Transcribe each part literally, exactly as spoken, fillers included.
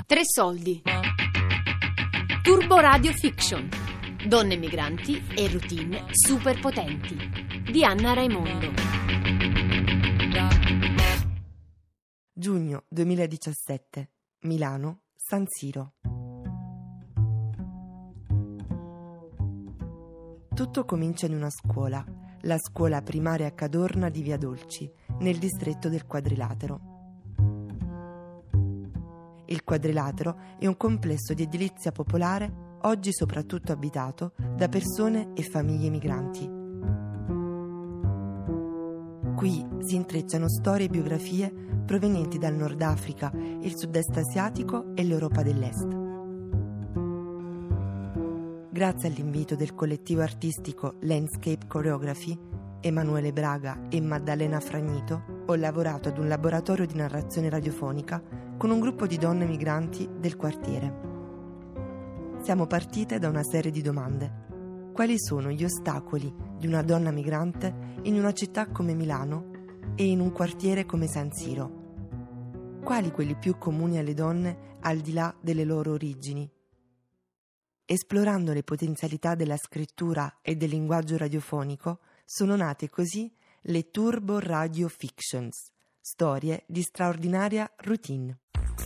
Tre soldi. Turbo Radio Fiction. Donne migranti e routine superpotenti. Di Anna Raimondo. Giugno duemiladiciassette. Milano, San Siro. Tutto comincia in una scuola, la scuola primaria Cadorna di Via Dolci, nel distretto del Quadrilatero. Il Quadrilatero è un complesso di edilizia popolare, oggi soprattutto abitato da persone e famiglie migranti. Qui si intrecciano storie e biografie provenienti dal Nord Africa, il Sud-Est asiatico e l'Europa dell'Est. Grazie all'invito del collettivo artistico Landscape Choreography, Emanuele Braga e Maddalena Fragnito, ho lavorato ad un laboratorio di narrazione radiofonica con un gruppo di donne migranti del quartiere. Siamo partite da una serie di domande. Quali sono gli ostacoli di una donna migrante in una città come Milano e in un quartiere come San Siro? Quali quelli più comuni alle donne al di là delle loro origini? Esplorando le potenzialità della scrittura e del linguaggio radiofonico, sono nate così le Turbo Radio Fictions, storie di straordinaria routine.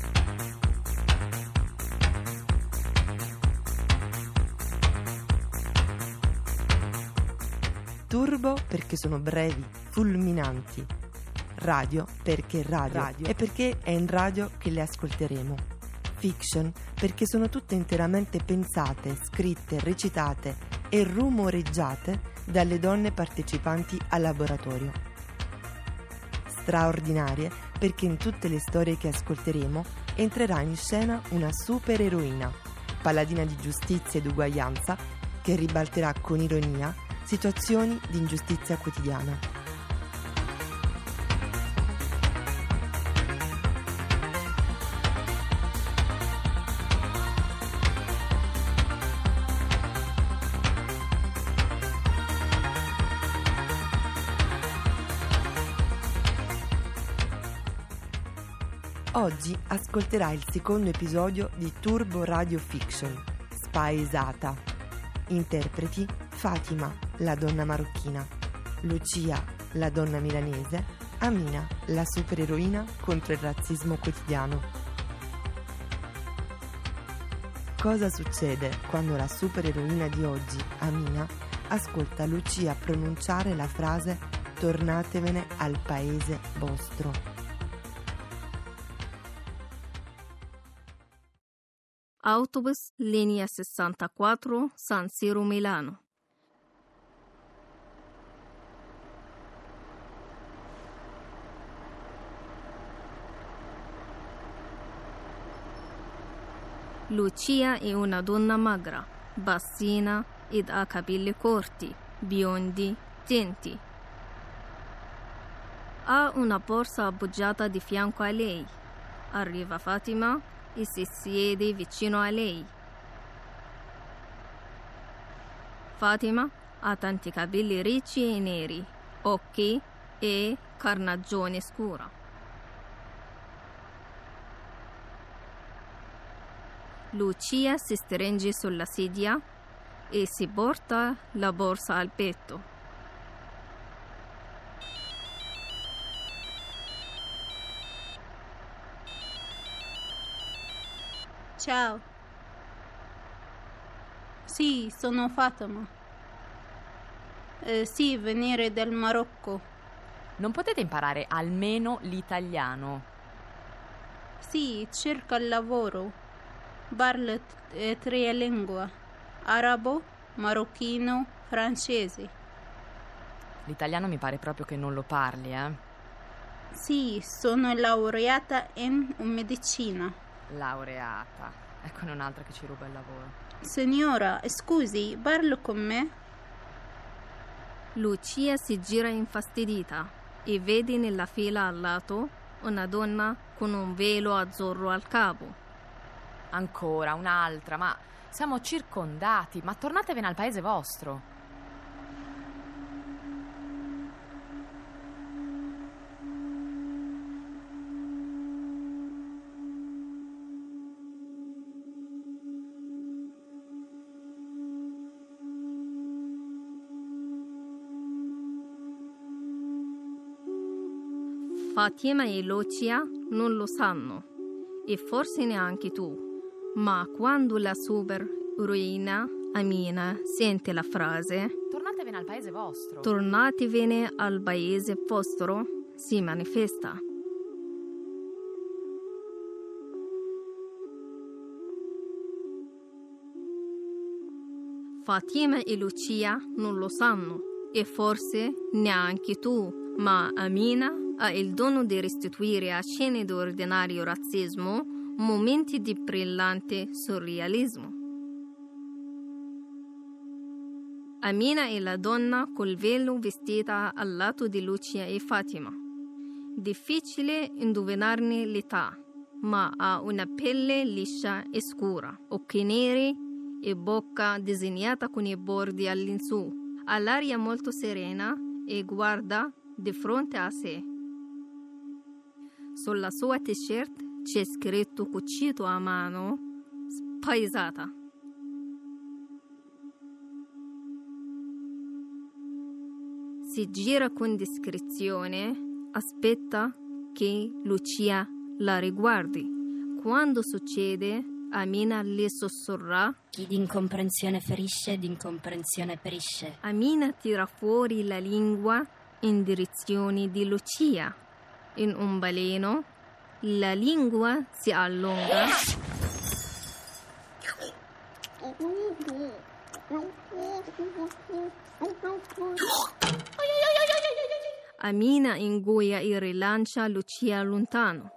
Turbo perché sono brevi, fulminanti. Radio perché radio, radio. E perché è in radio che le ascolteremo. Fiction perché sono tutte interamente pensate, scritte, recitate e rumoreggiate dalle donne partecipanti al laboratorio. Straordinarie perché in tutte le storie che ascolteremo entrerà in scena una supereroina, paladina di giustizia ed uguaglianza, che ribalterà con ironia situazioni di ingiustizia quotidiana. Oggi ascolterai il secondo episodio di Turbo Radio Fiction, Spaesata. Interpreti: Fatima, la donna marocchina, Lucia, la donna milanese, Amina, la supereroina contro il razzismo quotidiano. Cosa succede quando la supereroina di oggi, Amina, ascolta Lucia pronunciare la frase "tornatevene al paese vostro"? Autobus linea sessantaquattro San Siro Milano. Lucia è una donna magra, bassina ed ha capelli corti, biondi, tinti. Ha una borsa appoggiata di fianco a lei. Arriva Fatima e si siede vicino a lei. Fatima ha tanti capelli ricci e neri, occhi e carnagione scura. Lucia si stringe sulla sedia e si porta la borsa al petto. Ciao. Sì, sono Fatima. Eh, sì, venire dal Marocco. Non potete imparare almeno l'italiano? Sì, cerco il lavoro. Parlo t- tre lingue: arabo, marocchino, francese. L'italiano mi pare proprio che non lo parli, eh? Sì, sono laureata in medicina. Laureata. Eccone un'altra che ci ruba il lavoro. Signora, scusi, parlo con me? Lucia si gira infastidita e vede nella fila al lato una donna con un velo azzurro al capo. Ancora un'altra, ma siamo circondati, ma tornatevene al paese vostro. Fatima e Lucia non lo sanno, e forse neanche tu, ma quando la supereroina Amina sente la frase Tornatevene al paese vostro. Tornatevene al paese vostro, si manifesta. Fatima e Lucia non lo sanno, e forse neanche tu, ma Amina ha il dono di restituire a scene di ordinario razzismo momenti di brillante surrealismo. Amina è la donna col velo vestita al lato di Lucia e Fatima. Difficile indovinarne l'età, ma ha una pelle liscia e scura, occhi neri e bocca disegnata con i bordi all'insù. Ha l'aria molto serena e guarda di fronte a sé. Sulla sua t-shirt c'è scritto cucito a mano spaesata. Si gira con discrezione, aspetta che Lucia la riguardi. Quando succede, Amina le sussurra: chi d'incomprensione ferisce, d'incomprensione perisce. Amina tira fuori la lingua in direzione di Lucia. In un baleno, la lingua si allunga Amina ingoia e rilancia Lucia lontano.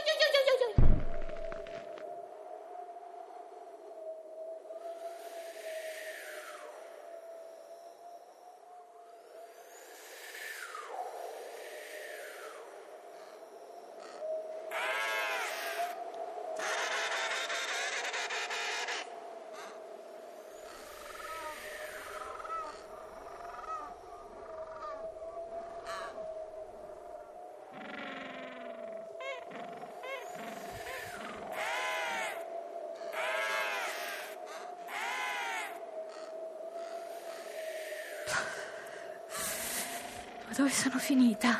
Dove sono finita?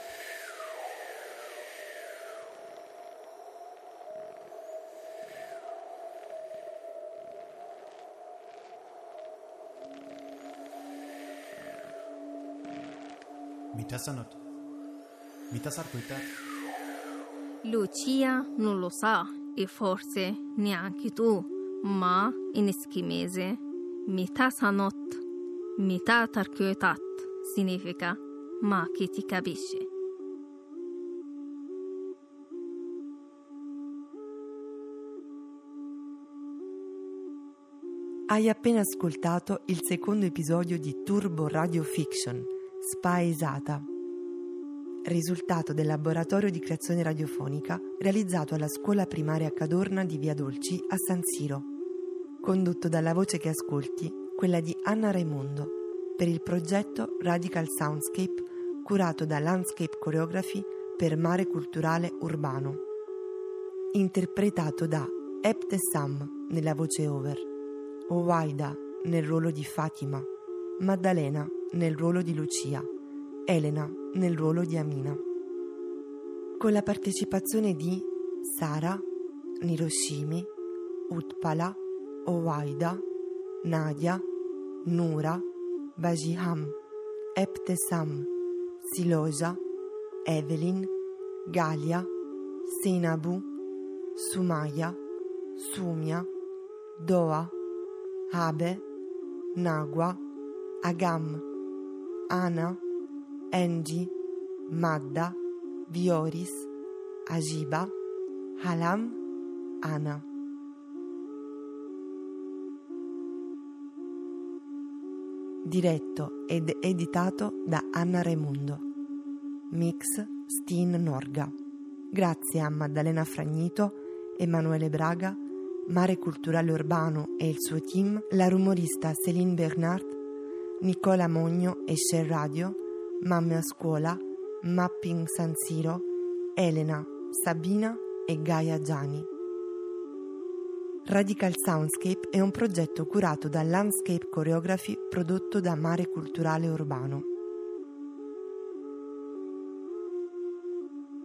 מיטה סנות. מיטה סרקויטה. Lucia non lo sa, e forse neanche tu, ma in eschimese metà sanot, metà tarkiotat significa ma chi ti capisce. Hai appena ascoltato il secondo episodio di Turbo Radio Fiction, Spaesata, risultato del laboratorio di creazione radiofonica realizzato alla scuola primaria Cadorna di Via Dolci a San Siro, condotto dalla voce che ascolti, quella di Anna Raimondo, per il progetto Radical Soundscape curato da Landscape Choreography per Mare Culturale Urbano, interpretato da Ebtessam nella voce over, Owaida nel ruolo di Fatima, Maddalena nel ruolo di Lucia, Elena nel ruolo di Amina, con la partecipazione di Sara, Niroshimi, Utpala, Owaida, Nadia, Nura, Bajiham, Ebtessam, Siloja, Evelyn, Galia, Seinabu, Sumaya, Sumia, Doa, Abe, Nagua, Agam, Ana, Engi, Madda, Vioris, Ajiba, Halam, Ana. Diretto ed editato da Anna Raimondo. Mix Steen Norga. Grazie a Maddalena Fragnito, Emanuele Braga, Mare Culturale Urbano e il suo team, la rumorista Céline Bernard, Nicola Mogno e Share Radio, Mamme a Scuola, Mapping San Siro, Elena, Sabina e Gaia Giani. Radical Soundscape è un progetto curato da Landscape Choreography prodotto da Mare Culturale Urbano.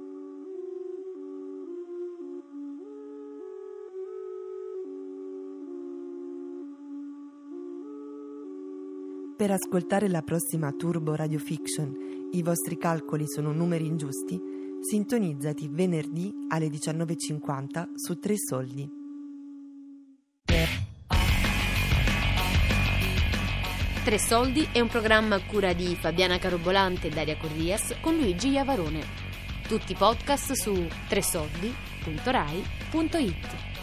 Per ascoltare la prossima Turbo Radio Fiction, I vostri calcoli sono numeri ingiusti, sintonizzati venerdì alle diciannove e cinquanta su Tre Soldi. Tre Soldi è un programma a cura di Fabiana Carobolante e Daria Corrias con Luigi Iavarone. Tutti i podcast su tresoldi punto rai punto it.